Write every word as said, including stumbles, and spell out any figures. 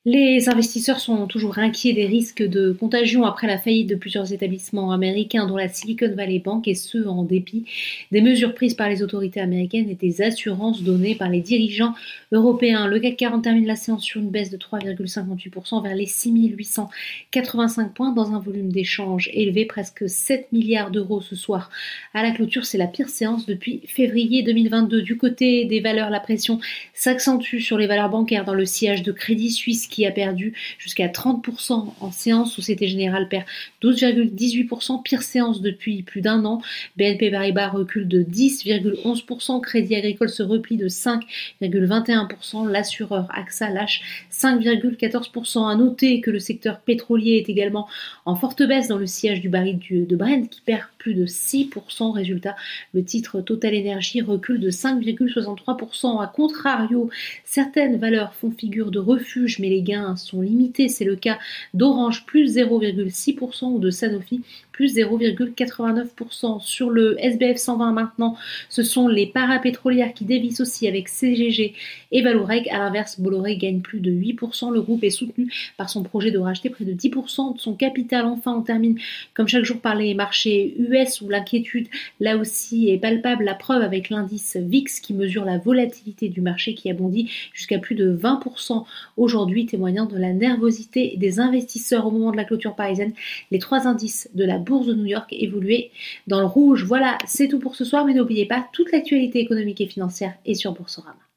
Les investisseurs sont toujours inquiets des risques de contagion après la faillite de plusieurs établissements américains, dont la Silicon Valley Bank, et ce, en dépit des mesures prises par les autorités américaines et des assurances données par les dirigeants européens. Le C A C quarante termine la séance sur une baisse de trois virgule cinquante-huit pour cent vers les six mille huit cent quatre-vingt-cinq points, dans un volume d'échange élevé, presque sept milliards d'euros ce soir. À la clôture, c'est la pire séance depuis février deux mille vingt-deux. Du côté des valeurs, la pression s'accentue sur les valeurs bancaires dans le sillage de Crédit Suisse, qui a perdu jusqu'à trente pour cent en séance. Société Générale perd douze virgule dix-huit pour cent, pire séance depuis plus d'un an. B N P Paribas recule de dix virgule onze pour cent, Crédit Agricole se replie de cinq virgule vingt et un pour cent, l'assureur AXA lâche cinq virgule quatorze pour cent. À noter que le secteur pétrolier est également en forte baisse dans le sillage du baril de Brent, qui perd plus de six pour cent. Résultat, le titre Total Energy recule de cinq virgule soixante-trois pour cent. A contrario, certaines valeurs font figure de refuge, mais les gains sont limités. C'est le cas d'Orange, plus zéro virgule six pour cent, ou de Sanofi, plus zéro virgule quatre-vingt-neuf pour cent. Sur le S B F cent vingt maintenant, ce sont les parapétrolières qui dévissent aussi, avec C G G et Vallourec. À l'inverse, Bolloré gagne plus de huit pour cent. Le groupe est soutenu par son projet de racheter près de dix pour cent de son capital. Enfin, on termine comme chaque jour par les marchés U S, où l'inquiétude là aussi est palpable. La preuve avec l'indice V I X, qui mesure la volatilité du marché, qui a bondi jusqu'à plus de vingt pour cent aujourd'hui, témoignant de la nervosité des investisseurs. Au moment de la clôture parisienne, les trois indices de la bourse de New York évoluaient dans le rouge. Voilà, c'est tout pour ce soir, mais n'oubliez pas, toute l'actualité économique et financière est sur Boursorama.